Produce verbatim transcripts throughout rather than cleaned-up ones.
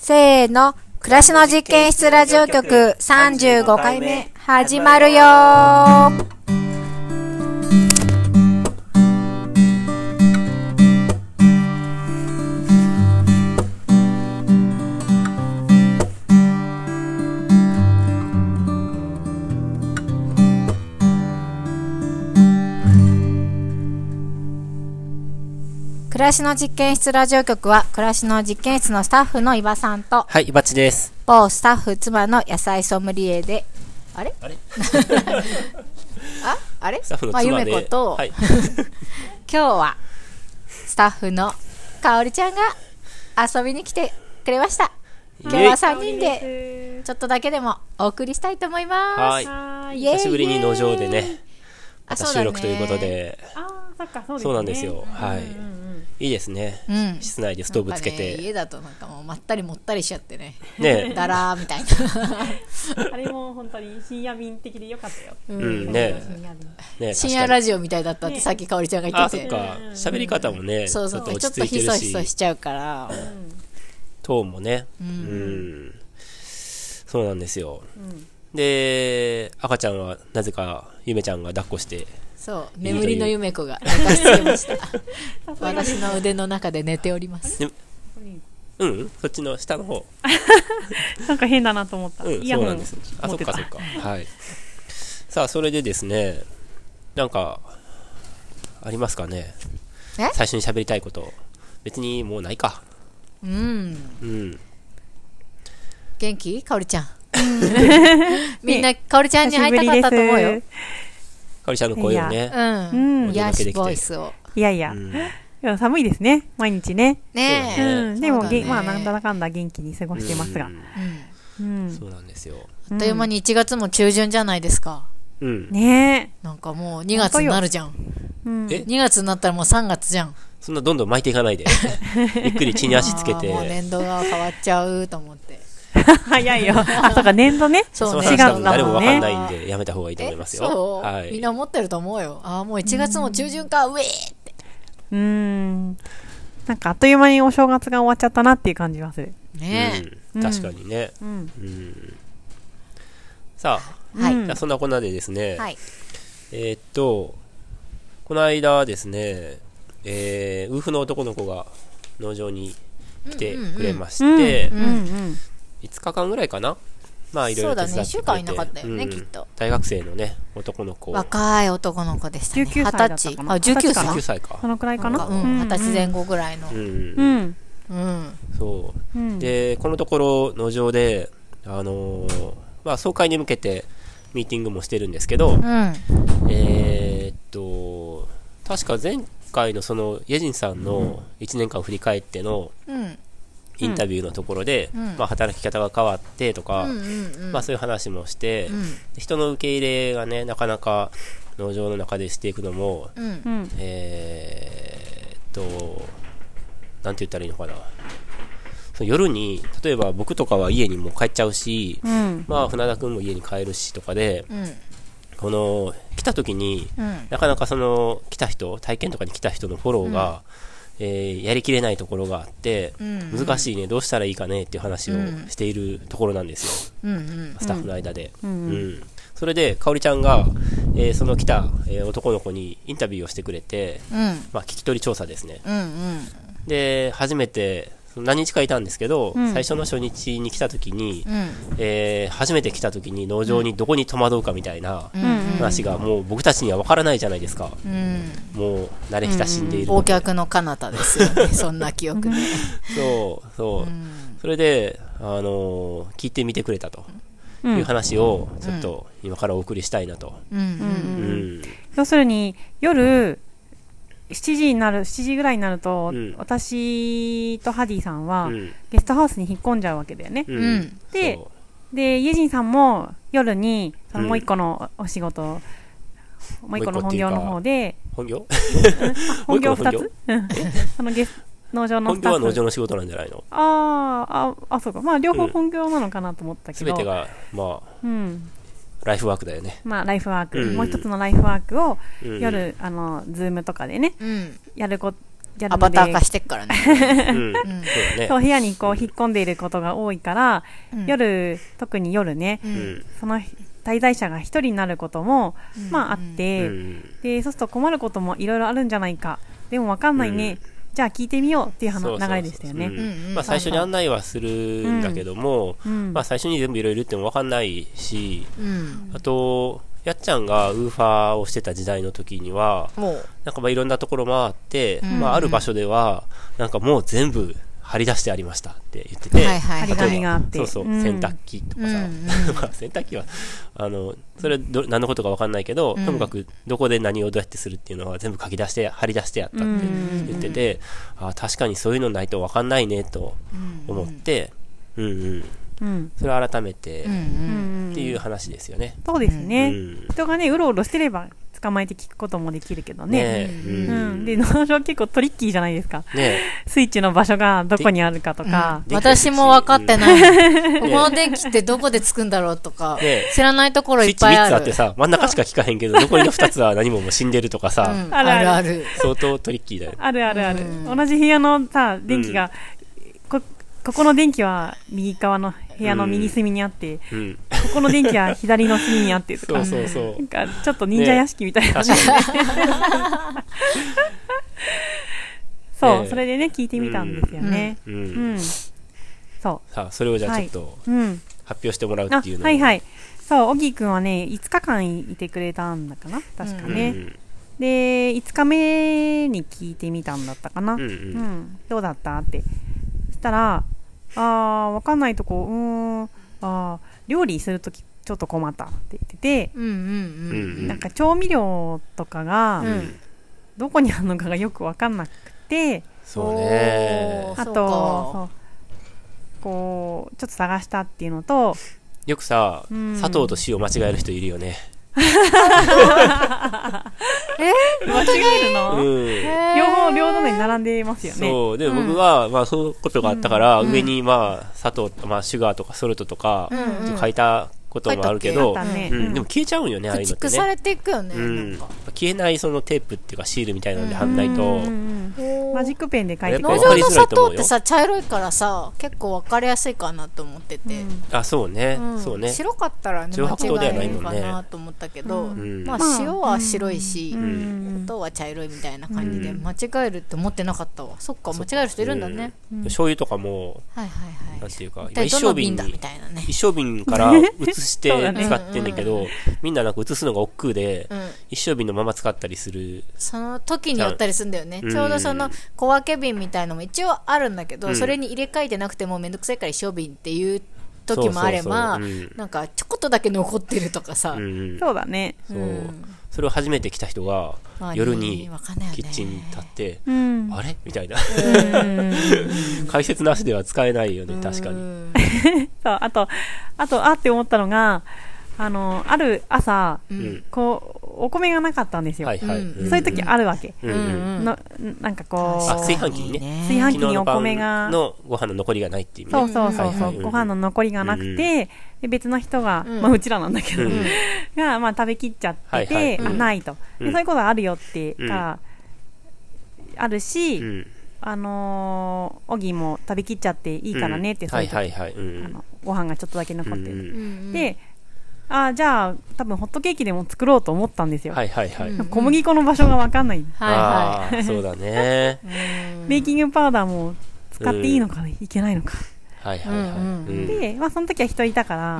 せーの、暮らしの実験室ラジオ局さんじゅうごかいめ始まるよー。暮らしの実験室ラジオ局は暮らしの実験室のスタッフの伊庭さんと、 はい、伊庭です。 某スタッフ妻の野菜ソムリエで、あれあれああれスタッフのまあ、 妻で、 ゆめこと、 はい、 今日はスタッフのかおりちゃんが遊びに来てくれました。今日はさんにんでちょっとだけでもお送りしたいと思います。 はい、久しぶりに農場でね、また収録ということで、 あ、そっか、そうですね。 そうなんですよ。はい。いいですね、うん、室内でストーブつけて、 ね、家だとなんかもうまったりもったりしちゃってね、 ねだらーみたいなあれも本当に深夜便的でよかったよ。 うん、うん、ねね、深夜ラジオみたいだったって、ね、さっきかおりちゃんが言ってて、 あ、そっか、喋り方もね、うん、 そうそう、 ちょっと落ち着いてるし、 ちょっとひそひそしちゃうから、うん、 トーンもね、うん、うん、そうなんですよ、うん、で赤ちゃんはなぜかゆめちゃんが抱っこして、 そう、眠りのゆめ子が寝かしつけました私の腕の中で寝ております、ね、 うん、そっちの下の方なんか変だなと思った、 うん、 イヤホンそうなんです。あ、そっかそっか、はい。さあ、それでですね、なんかありますかね、最初に喋りたいこと。別にもうないか。うん、うん、 元気かおりちゃんみんなかおりちゃんに会いたかったと思うよ。 かおりちゃんの声をね、 うん、癒しボイスを。 いやいや、うん、いや寒いですね、毎日ね。 ねえ、 うん、でも、ね、まあなんだかんだ元気に過ごしてますが、 うんうん、そうなんですよ。 あっという間にいちがつも中旬じゃないですか。 うん、ねえ、なんかもうにがつになるじゃん。 うん、 え、にがつになったらもうさんがつじゃん。 そんなどんどん巻いていかないでゆっくり地に足つけてもう年度が変わっちゃうと思って早いよ。あ、そうか、年度ね。 そうね、 違うだもんね。誰もわかんないんでやめた方がいいと思いますよ。 そう、 はい、 みんな思ってると思うよ。ああ、もういちがつも中旬か、うえーって。 うーん、なんかあっという間にお正月が終わっちゃったなっていう感じがするね。 うん、確かにね、うんうん、さあ、 はい、 じゃあそんなこんなでですね、 はい、 えー、っとこの間ですね、えー、ウーフの男の子が農場に来てくれまして、いつかかんぐらいかな、まあいろいろ手伝ってくれて、そうだね、いっしゅうかんいなかったよね、うん、きっと大学生のね男の子、 若い男の子でしたね。 じゅうきゅうさいだったかな。 あ、じゅうきゅうさい、 じゅうきゅうさいか、 そのくらいかな、 うん、はたちぜん後ぐらいの、うんうんうん、そう、うん、でこのところ農場であのー、まあ総会に向けてミーティングもしてるんですけど、うん、えー、っと確か前回のそのイェジンさんのいちねんかんを振り返ってのインタビューのところで、うん、まあ、働き方が変わってとか、うんうんうん、まあ、そういう話もして、うん、人の受け入れがねなかなか農場の中でしていくのも、うん、えー、っとなんて言ったらいいのかな、その夜に例えば僕とかは家にもう帰っちゃうし、うん、まあ、船田君も家に帰るしとかで、うん、この来た時に、うん、なかなかその来た人体験とかに来た人のフォローが、うん、えー、やりきれないところがあって、うん、難しいね、どうしたらいいかねっていう話をしているところなんですよ、うんうん、スタッフの間で、うんうんうん、それでかおりちゃんが、えー、その来た、えー、男の子にインタビューをしてくれて、うん、まあ、聞き取り調査ですね、うんうん、で初めて何日かいたんですけど、うん、最初の初日に来た時に、うん、えー、初めて来た時に農場にどこに戸惑うかみたいな話がもう僕たちには分からないじゃないですか、うん、もう慣れ親しんでいるので、 お客の彼方ですよねそんな記憶ねそうそう、うん、それで、あのー、聞いてみてくれたという話をちょっと今からお送りしたいなと、うんうんうん、 要するに夜しちじになるしちじぐらいになると、うん、私とハディさんは、うん、ゲストハウスに引っ込んじゃうわけだよね、うん、で, でイェジンさんも夜にそのもう一個のお仕事、うん、もう一個の本業の方で本業本業ふたつそのゲス農場のスタッフ、 本業は農場の仕事なんじゃないの。 あー あ, あそうか、まあ両方本業なのかなと思ったけど、 全てがまあ、うん、ライフワークだよね。 まあライフワーク、うん、もう一つのライフワークを夜、うん、あのズームとかでね、うん、やるこギャルでアバター化してっからね。 うんそう、部屋にこう引っ込んでいることが多いから、うん、夜、特に夜ね、うん、その滞在者が一人になることも、うん、まああって、うん、で、そうすると困ることもいろいろあるんじゃないか。でもわかんないね。うん、じゃあ聞いてみようっていう流れでしたよね。 最初に案内はするんだけども、うん、まあ最初に全部いろいろ言ってもわかんないし、うん、あと、やっちゃんがウーファーをしてた時代の時には、なんかまあいろんなところ回って、うん、まあある場所では、なんかもう全部張り出してありましたって言ってて、 張り紙があって。 そうそう、うん、洗濯機とかさ、うんうんまあ洗濯機は、あの、それど何のことかわかんないけど、うん、ともかくどこで何をどうやってするっていうのは全部書き出して、張り出してやったって言ってて、あ確かにそういうのないとわかんないねと思って、うんうん。うん、それを改めて、うん、っていう話ですよね。 そうですね。うん、人がね、うろうろしてれば捕まえて聞くこともできるけどね。ねうんうん、で、農場結構トリッキーじゃないですか。ね、スイッチの場所がどこにあるかとか。 うん、私も分かってない。ここの電気ってどこでつくんだろうとか、ね、知らないところいっぱいある。 スイッチみっつあってさ、真ん中しか聞かへんけど、残りのふたつは何ももう死んでるとかさ。 うん、あるあるある。 相当トリッキーだよね。 あるあるある。うん、同じ部屋のさ、電気が、うん、こ、ここの電気は右側の部屋の右隅にあって、うん、ここの電気は左の隅にあってとか、そうそうそう。なんかちょっと忍者屋敷みたいな、ね。そう、ね、それでね、聞いてみたんですよね。うん。うんうん、そう。 さあ、それをじゃあちょっと、はい、発表してもらうっていうのを。 はいはい。そう、オギーくんはね、いつかかんいてくれたんだかな確かね。うん、で、いつかめに聞いてみたんだったかな。うん、うんうん、どうだったって。そしたら、あー、わかんないとこ、うーん、あー、料理するときちょっと困ったって言ってて、うんうんうん、なんか調味料とかが、うん、どこにあるのかがよくわかんなくて、 そうね。 あと、そうこう、ちょっと探したっていうのと、 よくさ、うん、砂糖と塩間違える人いるよね。 え間違えるの、うん、両方両隣に並んでますよね。 そうで、うん、僕はまあそういうことがあったから、うん、上にまあ砂糖、まあ、シュガーとかソルトとか、うん、書いたこともあるけど、ねうん、でも消えちゃうんよね、ああいうのってね。 駆逐されていくよね、うん、 なんか消えないそのテープっていうかシールみたいなので貼んないと、うんうんうん、マジックペンで書いてくれる。農場の砂糖ってさ茶色いからさ結構分かりやすいかなと思ってて、うん、 あそうね、うん、そうね。 白かったらね間違いないかなと思ったけど、うん、まあ塩は白いし、うん、砂糖は茶色いみたいな感じで、うん、間違えるって思ってなかったわ。そっか間違える人いるんだね。 うん、醤油とかも、 はいはいはい、 なんていうか一升瓶みたいなね。 一升瓶から移して使ってんだけど、うんうん、みんななんか移すのが億劫で、うん、一升瓶のまま使ったりする。 その時によったりするんだよね。ちょうどその小分け瓶みたいのも一応あるんだけど、うん、それに入れ替えてなくてもめんどくさいから一升瓶っていう時もあれば、そうそうそう、うん、なんかちょこっとだけ残ってるとかさ、うん、 そうだね。 そう、うん、それを初めて来た人が夜にキッチンに立って、うん、あれみたいな解説なしでは使えないよね、確かに。 そうあとあとあって思ったのが、あのある朝、うん、こうお米がなかったんですよ、はいはい、そういう時あるわけ、うんうん、のなんかこうあ炊飯器にね炊飯器にお米がのご飯の残りがないっていう、ね、 そうそうそうそう、はいはい、ご飯の残りがなくて、で別の人が、うんまあ、うちらなんだけど、うん、が、まあ、食べきっちゃってて、はいはい、あないと、でそういうことがあるよってが、うん、あるし、うん、あのー、オギも食べきっちゃっていいからねって、うん、そういう時、はいはいはい、うん、あのご飯がちょっとだけ残ってる、うん、であじゃあ多分ホットケーキでも作ろうと思ったんですよ。はいはいはい。小麦粉の場所が分かんない。 はいはい。そうだね。 ベーキングパウダーも使っていいのか、ね、いけないのか。はいはいはい。で、まあその時は人いたから、うん、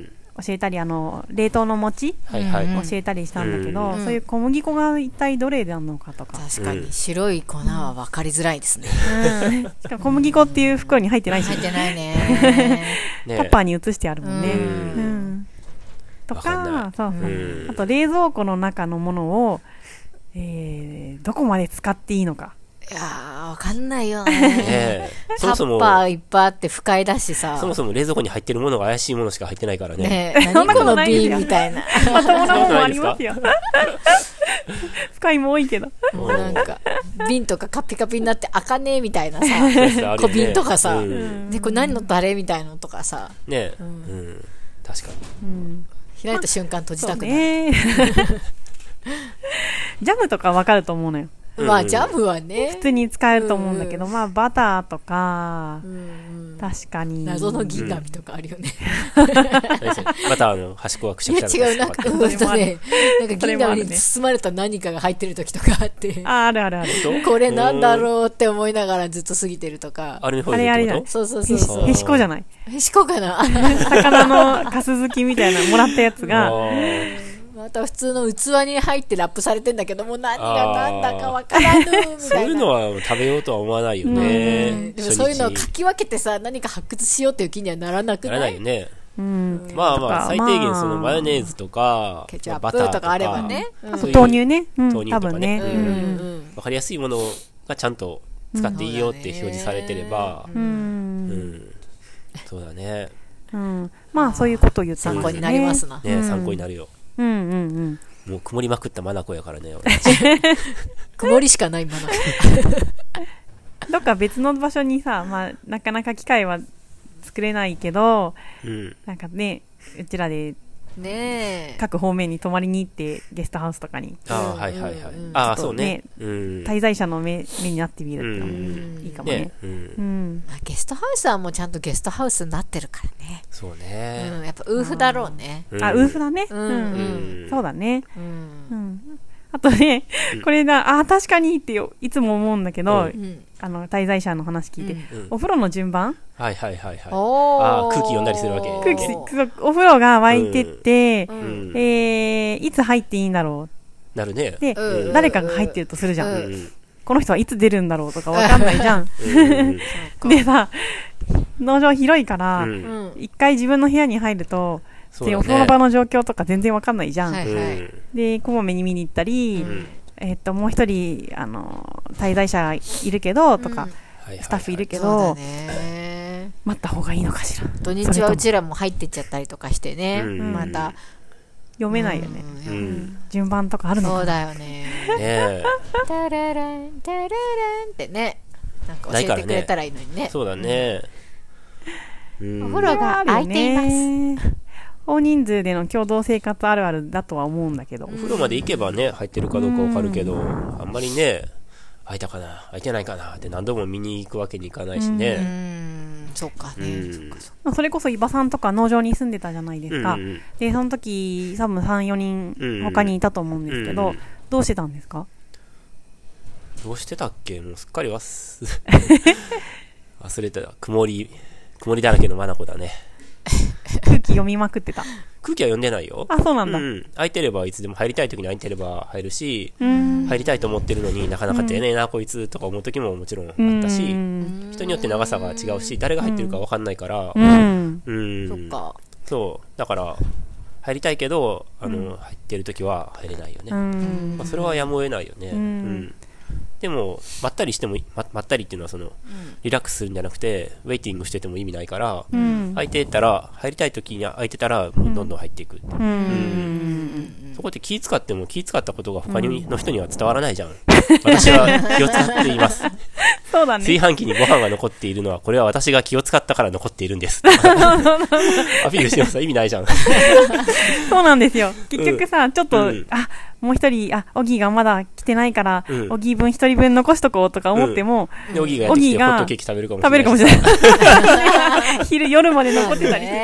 教えたりあの冷凍の餅、はいはい、教えたりしたんだけど、うん、そういう小麦粉が一体どれなのかとか。 確かに白い粉は分かりづらいですね。 うん、しかも小麦粉っていう袋に入ってないし。 入ってないね。 タッパーに移してあるもんね。うんうんとか、そうそう、うん、あと冷蔵庫の中のものを、えー、どこまで使っていいのか。 いやー、わかんないよね。ねタッパーいっぱいあって不快だしさ。 そもそも冷蔵庫に入ってるものが怪しいものしか入ってないからね。 ねえ、何この瓶みたいな。 まともなものもありますよ。不快も多いけど。 もうなんか、瓶とかカピカピになって開かねえみたいなさ、小瓶とかさ、うん、で、これ何のタレみたいなのとかさ。 ねえ、うん、うん、確かに。うん開いた瞬間閉じたくなる、 ね、ジャムとかわかると思うのよ。 まあジャムはね普通に使えると思うんだけど、うんうん、まあバターとか、うんうん、確かに謎の銀紙とかあるよね、 うん、バターの端っこがくしゃくしゃいや違うなんか、うんとね、なんか銀紙に包まれた何かが入ってる時とかあってあ, あるあるあるこれなんだろうって思いながらずっと過ぎてるとかあれあれあれそうそうそうそうへしこじゃないへしこかな魚のかす漬きみたいなもらったやつがまた普通の器に入ってラップされてんだけども何が何だかわからぬみたいなそういうのは食べようとは思わないよね、 うん、でもそういうのをかき分けてさ何か発掘しようっていう気にはならなくない？ ならないよね、 うん、 まあまあ最低限そのマヨネーズとかケチャップとかあればね、 うん、あと豆乳ね、うん、 豆乳とかね、 多分ね、 うんうん、分かりやすいものがちゃんと使っていいよって表示されてれば、 うんうんうんそうだね、 うん、まあそういうことを言ったんですね。 参考になりますな、 ね、うん、参考になるよ、 うんうんうん、 もう曇りまくったマナコやからね曇りしかないマナコどっか別の場所にさ、まあ、なかなか機会は作れないけど、うん、なんかねうちらでね各方面に泊まりに行ってゲストハウスとかにああはいはいはい、うん、ああそうね、 うん、滞在者の 目, 目になってみるってのもいいかもね、ねうんうんまあ、ゲストハウスはもうちゃんとゲストハウスになってるからねそうね、 うん、やっぱウーフだろうねあ、うん、あウーフだね、うんうんうん、そうだね、うんうん、あとねこれだあ確かにってよいつも思うんだけど、うん、あの滞在者の話聞いて、うん、お風呂の順番はいはいはいはいあ空気読んだりするわけ空気お風呂が沸いてって、うんえー、いつ入っていいんだろうなるねで、うん、誰かが入ってるとするじゃん、うん、この人はいつ出るんだろうとかわかんないじゃんでさ農場広いから一、うん、回自分の部屋に入るとでお風呂場の状況とか全然わかんないじゃん、はいはい、でこまめに見に行ったり、うんえー、っともう一人あの滞在者いるけどとか、うんスタッフいるけど、はいはいはいね、待った方がいいのかしら土日はうちらも入ってっちゃったりとかしてね、うん、また読めないよね、うんうん、順番とかあるのかなそうだよねねタラランタラランってねなんか教えてくれたらいいのに ね, ねそうだね、 うん、お風呂が空いています大人数での共同生活あるあるだとは思うんだけどお風呂まで行けばね入ってるかどうかわかるけど、うん、あんまりね開いたかな開いてないかなって何度も見に行くわけにいかないしね。 うーんそっかね、うん、そっかそっか。 まあ、それこそ伊庭さんとか農場に住んでたじゃないですか、うんうん、でその時多分 さん,よ 人他にいたと思うんですけど、うんうん、どうしてたんですか？ どうしてたっけもうすっかり忘忘れてた曇り曇りだらけのマナコだね空気読みまくってた空気は読んでないよ。 あ、そうなんだ、うん、 空いてればいつでも入りたい時に空いてれば入るし入りたいと思ってるのになかなか出ねえな、うん、こいつとか思う時ももちろんあったし、うん、人によって長さが違うし誰が入ってるか分かんないから、うん、うん、 そっかそうだから入りたいけどあの、うん、入ってる時は入れないよね、うんまあ、それはやむを得ないよね、うんうん、でもまったりしても ま, まったりっていうのはその、うん、リラックスするんじゃなくてウェイティングしてても意味ないから、うん、空いてたら入りたい時に空いてたらもうどんどん入っていく、うんうんうん、そこで気使っても気使ったことが他にの人には伝わらないじゃん私は気を使っていますそうだね、 炊飯器にご飯が残っているのはこれは私が気を使ったから残っているんですアピールしてもさ意味ないじゃんそうなんですよ結局さ、うん、ちょっと、うん、あもう一人あオギーがまだ来てないから、うん、オギー分一人分残しとこうとか思っても、 うん、オギーがやってきてホットケーキ食べるかもしれない食べるかもしれない昼夜まで残ってたりして、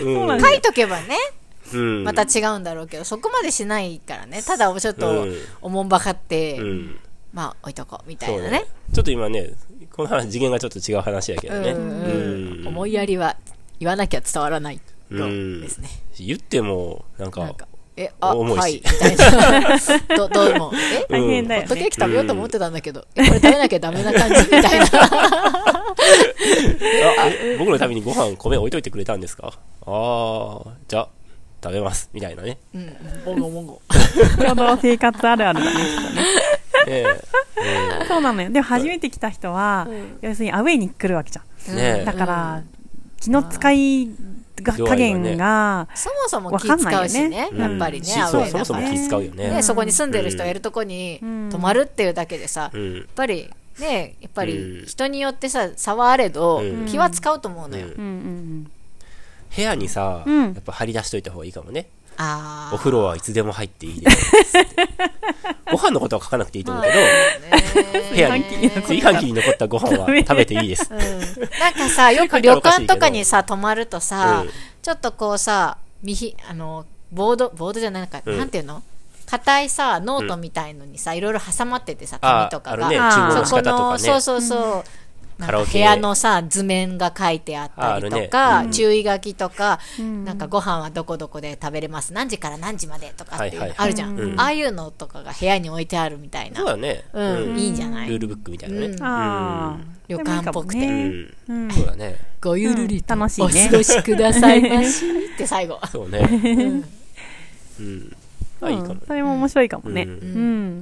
うん、そうなんですよ書いとけばねうん、また違うんだろうけどそこまでしないからねただちょっとおもんばかって、うん、まあ置いとこうみたいな ね, ねちょっと今ねこの話次元がちょっと違う話やけどね、うんうんうん、思いやりは言わなきゃ伝わらないとですね、 うん、言ってもなんかなんかえあはいみたいなど, どうもえ大変だよねホットケーキ食べようと思ってたんだけど、うん、えこれ食べなきゃダメな感じみたいなあ僕のためにご飯米置いといてくれたんですかああじゃあ食べますみたいなね。うん、 もごもご。 共同生活あるあるだね。きっとねねえそうなのよ。でも初めて来た人は、うん、要するにアウェイに来るわけじゃん。ね、だから、うん、気の使いが加減が、 ね、そもそも気使うしね、やっぱりね、 うん、アウェイだから、ね、そもそも気使うよね。 ねそこに住んでる人がいるとこに泊まるっていうだけでさ、うん、やっぱりね、やっぱり人によってさ差はあれど、うん、気は使うと思うのよ。うんうんうん部屋にさ、うん、やっぱ張り出しといた方がいいかもね。 あお風呂はいつでも入っていいですってご飯のことは書かなくていいと思うけど、部屋に炊飯器に残ったご飯は食べていいです、うん、 なんかさよく旅館とかにさ泊まるとさ、うん、ちょっとこうさ見ひあのボードボードじゃないなんか、うん、なんていうの硬いさノートみたいのにさ、うん、いろいろ挟まっててさ紙とかが、 ね、注文の仕方とかね、 そうそうそう、うんなんか部屋のさ図面が書いてあったりとか、ねうん、注意書きとか、うん、なんかご飯はどこどこで食べれます何時から何時までとかっていうのあるじゃん、はいはいはい、ああいうのとかが部屋に置いてあるみたいなそうだね、 うんうん、いいんじゃないルールブックみたいなね、うんあ旅館っぽくて、 うんうん、そうだねごゆるりとお過ごしくださいましって最後そうねうんうんうん、いいかもね、それも面白いかもね、うんうん、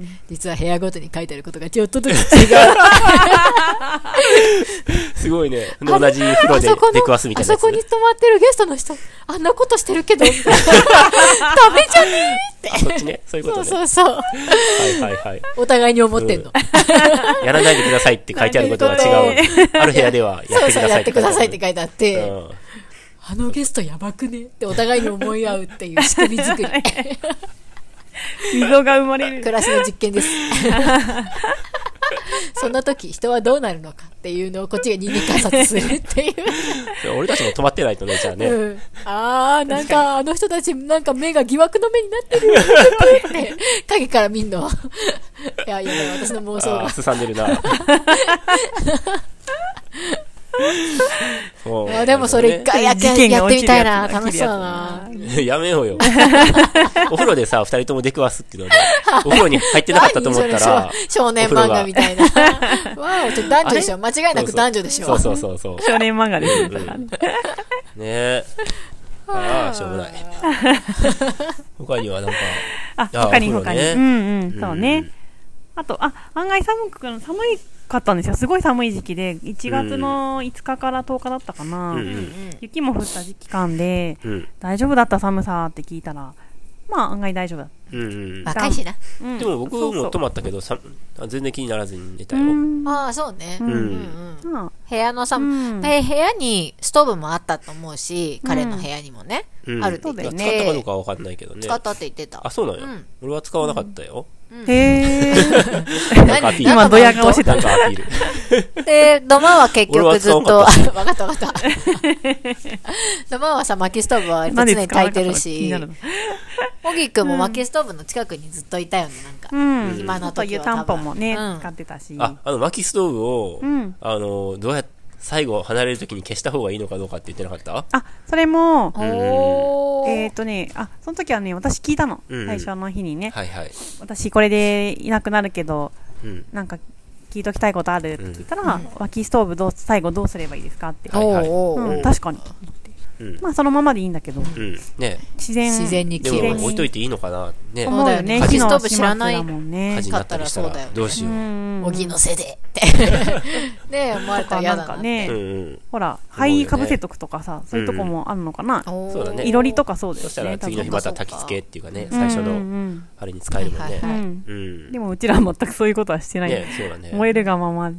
実は部屋ごとに書いてあることがちょっとずつ違うすごいね同じ風呂で出くわすみたいなやつ、ね、 あそこに泊まってるゲストの人あんなことしてるけどダメじゃねーってあそっちねそういうことねそうそうそうはいはいはいお互いに思ってんの、 うん、やらないでくださいって書いてあることが違うある部屋ではやってくださいそうそうやってくださいって書いてあって、うん、あのゲストやばくねってお互いに思い合うっていう仕組み作り溝が生まれる暮らしの実験ですそんな時人はどうなるのかっていうのをこっちが人間観察するっていう俺たちも止まってないとねじゃあね、うん、 あーなんかあの人たちなんか目が疑惑の目になってるって影から見んのいやいや私の妄想がすさんでるなあでもそれ一回やって、ね、やってみたいな楽しそうだなやめようよお風呂でさ二人とも出くわすっていうのでお風呂に入ってなかったと思ったら少年漫画みたいなわおちょっと男女でしょ間違いなく男女でしょそうそうそうそう少年漫画ですからね、 うん、ねえああしょうもない他にはなんかあ他に他に、ね、うんうんそうね、うん、あとあ案外寒く寒いかったんですよすごい寒い時期でいちがつのいつかからとおかだったかな、うんうん、雪も降った時期間で、うん、大丈夫だった寒さって聞いたらまあ案外大丈夫だった、 うんうん、若いしな、 うん、でも僕も泊まったけどさ全然気にならずに寝たよ、 ああそうね、うんうんうん、部屋の寒、うん、部屋にストーブもあったと思うし、うん、彼の部屋にもね、うん、あるって言って、 使ったかどうかは分かんないけどね使ったって言ってたあそうなんや、うん、俺は使わなかったよ、 うん、へー今ドヤ顔してたなんかアピールで土間は結局ずっと分かった分かった土間はさ薪ストーブは常に焚いてるし小木くんも薪ストーブの近くにずっといたよねなんか、うん、今の時は湯たんぽもね、うん、使ってたしああの薪ストーブを、うん、あのどうやって最後離れるときに消した方がいいのかどうかって言ってなかった？ あ、それも、えっとね、あ、その時はね、私聞いたの。うんうん、最初の日にね、はいはい。私これでいなくなるけど、うん、なんか聞いときたいことあるって聞いたら、うん、薪ストーブどう最後どうすればいいですかって。はいはいうん、確かに。うん、まあそのままでいいんだけど、うんね、自然自然にでも置いといていいのかなね。 思うよね。薪ストーブ知らないもんね。 火事になったりしたらどうしよう。 おぎのせでってね思われたら嫌だなってね、うんうん、 ほら灰かぶせとくとかさ、そういうとこもあるのかな、うん、そうだね、いろりとかそうですね。 そしたら次の日また焚き付けっていうかね、最初のあれに使えるもんね、うんうんうん、でもうちらは全くそういうことはしてない、ねそうだね、燃えるがまま、うん、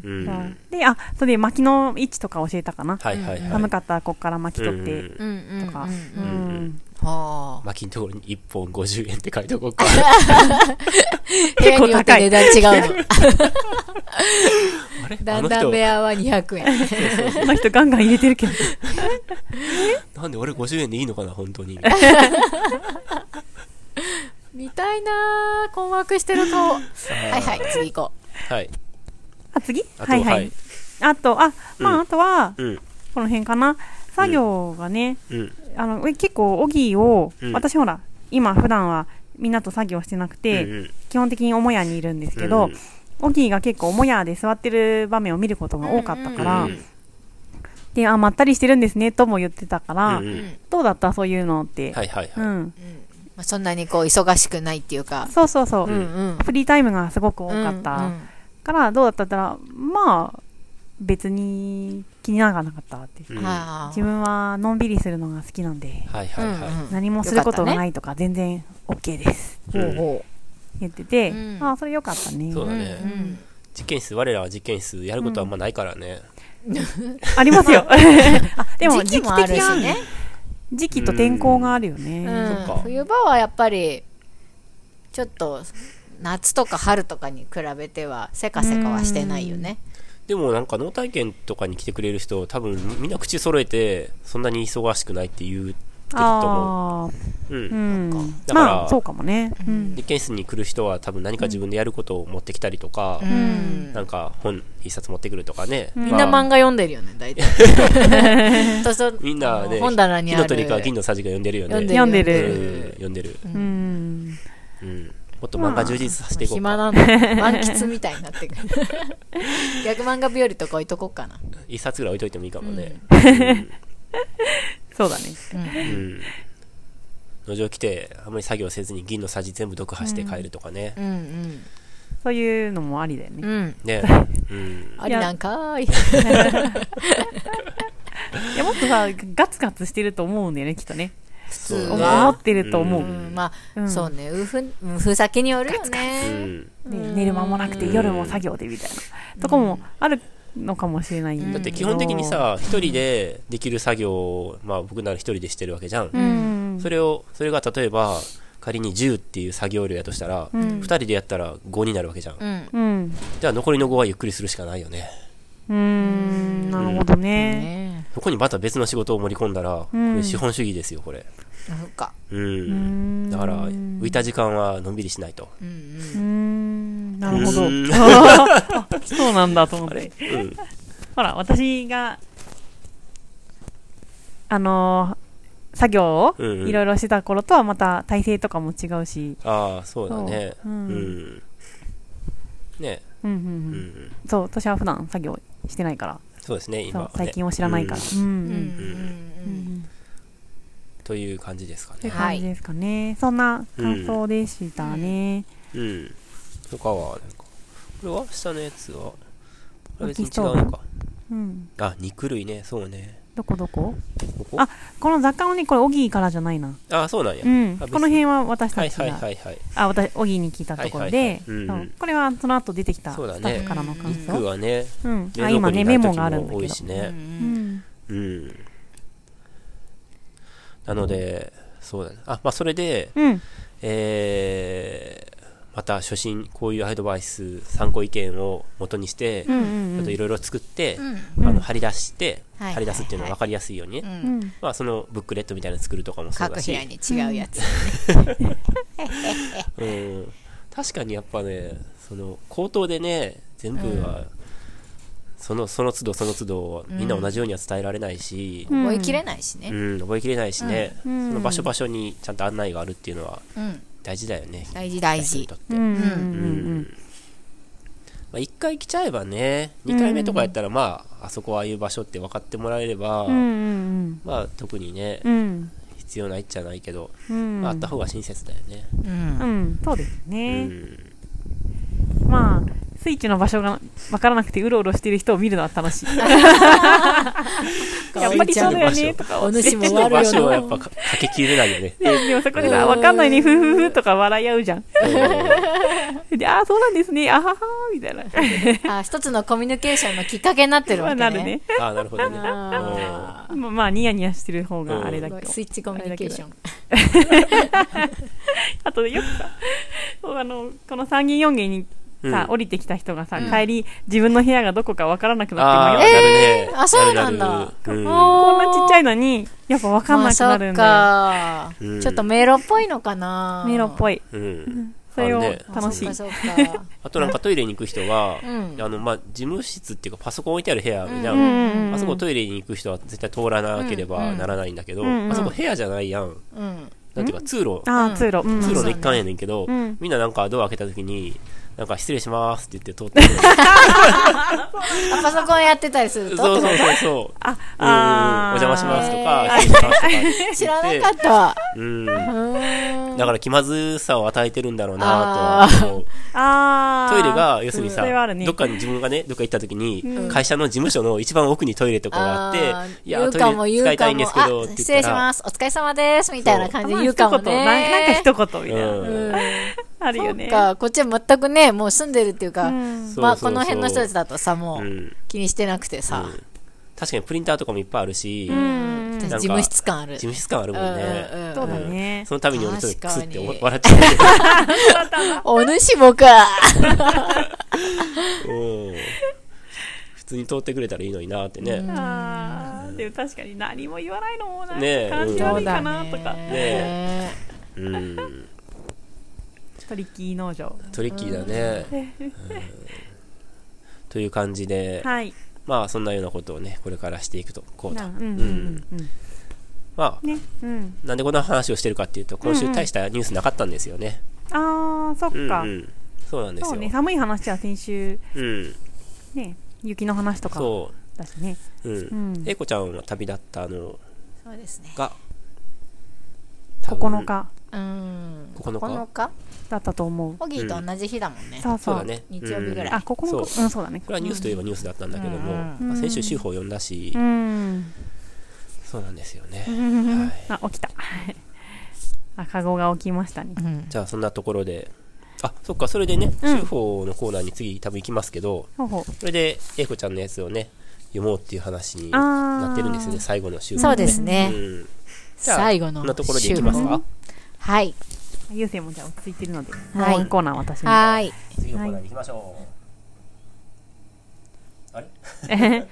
で、あ、それで薪の位置とか教えたかな、はいはいはい、寒かったらこっから薪取って、うん、とか、うんうんうんはあ、薪のところにいっぽんごじゅうえんって書いておこうか結構高い値段違うのあれだんだん部屋はにひゃくえんその人ガンガン入れてるけどなんで俺ごじゅうえんでいいのかな本当に見たいなー困惑してる顔はいはい次行こうはいあ次あはいはい、はい、あとあまあ、うん、あとは、うん、この辺かな作業がね、うんうんあの結構オギーを、うん、私ほら今普段はみんなと作業してなくて、うんうん、基本的に母屋にいるんですけど、うんうん、オギーが結構母屋で座ってる場面を見ることが多かったから、うんうん、であまったりしてるんですねとも言ってたから、うんうん、どうだったそういうのって、はいはいはいうんまあ、そんなにこう忙しくないっていうかそうそうそう、うんうん、フリータイムがすごく多かった、うんうん、からどうだったったらまあ別に気にならなかったって、うん、自分はのんびりするのが好きなんで、はいはいはい、何もすることがないとか全然 OK です、うん、言ってて、うん、ああそれよかったねそうだね、うん、実験室我らは実験室やることはあんまないからね、 うん、ありますよあでも時期的な、ね、 時期と天候があるよね。 うん、冬場はやっぱりちょっと夏とか春とかに比べてはせかせかはしてないよね。 でもなんか脳体験とかに来てくれる人多分みんな口揃えてそんなに忙しくないって言うてると思う。うん、 なんかだから、まあ、そうかもね、 うん、実験室に来る人は多分何か自分でやることを持ってきたりとか、うん、なんか本一冊持ってくるとかね、 うん、まあ、みんな漫画読んでるよね大体みんなね本棚にある火の鳥か銀のさじが読んでるよね。 読んでる、 うん、読んでる、うんうんうん、もっと漫画充実させていこうか、 まあ、暇なの満喫みたいになってくる逆漫画日和とか置いとこうかな。 一冊ぐらい置いといてもいいかもね、 うんうん、そうだね、 うんうん、農場来てあんまり作業せずに銀のさじ全部読破して帰るとかね、 うんうんうん、 そういうのもありだよね、うん、 ね、うん、 ありなんかーいいやもっとさガツガツしてると思うんだよねきっとね。 普通は思ってると思う、 うんうん、まあ、うん、そうね、うふ、うふ先によるよね、 うん、寝る間もなくて夜も作業でみたいな、うん、とこもあるのかもしれないんだけど、 だって基本的にさ一人でできる作業を、まあ、僕なら一人でしてるわけじゃん、うん、それをそれが例えば仮にじゅうっていう作業量やとしたら、うん、ふたりでやったらごになるわけじゃん、うん、じゃあ残りのごはゆっくりするしかないよね。 うーん、なるほどね。 そこにまた別の仕事を盛り込んだら、うん、これ資本主義ですよこれ。 なんか、 うん、だから浮いた時間はのんびりしないと。 うん、うん、なるほど。そうなんだと思って。うん、ほら私があのー、作業をいろいろしてた頃とはまた体勢とかも違うし。 ああそうだね。う、うん、ね。 うんうんうんうん、そう私は普段作業してないから。 そうですね今はね最近は知らないから、うんうんうんうん、 という感じですかね。 という感じですかね、はい、そんな感想でしたね。 うん、うん、他はなんかこれは下のやつは別に違うのか、うん、あ肉類ね。そうね。 どこどこここあこの雑貨のねこれオギーからじゃないな。 あそうなんや、 うん、この辺は私たちが、 はいはいはいはい、 あ私オギーに聞いたところで、はいはいはい、うんうん、これはその後出てきたスタッフからの感想。 肉はね、 うん、あ今ねメモがあるんだけど多いしね、うんうん、なのでそうだね。あまあそれで、うん、えーまた初心こういうアドバイス参考意見を元にしていろいろ作って、うん、あの貼り出して、うん、貼り出すっていうのは分かりやすいようにね、はいはいはい、まあ、そのブックレットみたいなの作るとかもそうだし各部屋に違うやつ、 うん、確かにやっぱねその口頭でね全部は、うん、そのその都度その都度みんな同じようには伝えられないし、 うん、覚えきれないしね、 うん、覚えきれないしね、うん、その場所場所にちゃんと案内があるっていうのは、うん大事だよね。 大事大事。 うんうんうんうんまあ、いっかい来ちゃえばねにかいめとかやったら、まああそこはああいう場所って分かってもらえれば、うんうん、まあ特にね、うん、必要ないっちゃないけど、うんまあ、あった方が親切だよね。 うん、うん、そうですね、うん、まあスイッチの場所が分からなくてうろうろしてる人を見るのは楽しいやっぱりそうだよねとかお主も悪いよ場所はやっぱかけきれないよねでもそこでさ分かんないねふふふとか笑い合うじゃんでああそうなんですねあははみたいなあ一つのコミュニケーションのきっかけになってるわけね、 まあ、なるねあなるほどねあまあニヤニヤしてる方があれだけどスイッチコミュニケーションあとよくさあのこのさんげんよんげんにさ、うん、降りてきた人がさ、うん、帰り自分の部屋がどこか分からなくなって迷う。 えー、あそうなんだ、うん、 こんなちっちゃいのにやっぱ分かんなくなるんだよ、 まあ、そっか、うん、ちょっと迷路っぽいのかな。 迷路っぽい、うん、それを楽しい。 あ, そうかあとなんかトイレに行く人は、うん、あのまあ、事務室っていうかパソコン置いてある部屋じゃん、うんうんうん、あそこトイレに行く人は絶対通らなければならないんだけど、うんうん、あそこ部屋じゃないやん、うんなんていうか通路、 あ通路、 うん、通路の一環やねんけど、うん、みんななんかドア開けた時になんか失礼しますって言って通ってるパソコンやってたりするとそうそうそうそうああお邪魔しますとか失礼しますとか知らなかったうんだから気まずさを与えてるんだろうなと思う。あトイレが要するにさ、うんね、どっかに自分がねどっか行った時に、うん、会社の事務所の一番奥にトイレとかがあってあいやトイレ使いたいんですけどって言ったら失礼しますお疲れ様ですみたいな感じで言うかもね、 まあ、なんか一言みたいな、うんうんあるよね。 そうかこっちは全くねもう住んでるっていうか、うんまあ、この辺の人たちだとさもう気にしてなくてさ、うん、 確かにプリンターとかもいっぱいあるし、うん事務室感ある。 事務室感あるもんね。 そうだね。 その度に俺とクスって笑っちゃう。 お主もか。 普通に通ってくれたらいいのになってね。 ああ、でも確かに何も言わないのもなんか感じ悪いかなとか。ね。うん。トリッキー農場。 トリッキーだね。という感じで、 はい、 まあそんなようなことをねこれからしていくとこうと。まあ、ねうん、なんでこんな話をしてるかっていうと今週大したニュースなかったんですよね。 うんうん、ああそっか、うんうん。 そうなんですよ。そうね、 寒い話は先週、うんね、雪の話とかだしね。 うん。英子ちゃんは旅立ったのそうですね。 がここのか。 うん。 ここのかだったと思う。 ホギーと同じ日だもんね。 そうそうだね。 日曜日ぐらい。 あ、ここのか。うん、そうだね。 これはニュースといえばニュースだったんだけども、先週週報読んだし、そうなんですよね。 あ、起きた。あ、カゴが起きましたね。 じゃあそんなところで、あ、そっか、それでね、週報のコーナーに次多分行きますけど、それで英子ちゃんのやつをね読もうっていう話になってるんですよね、最後の週報。 そうですね。最後のこんなところでいきますか。 はい。 ゆうせいもじゃあ落ち着いてるので、もうワンコーナー私に。 はい。 次のコーナーに行きましょう。あれ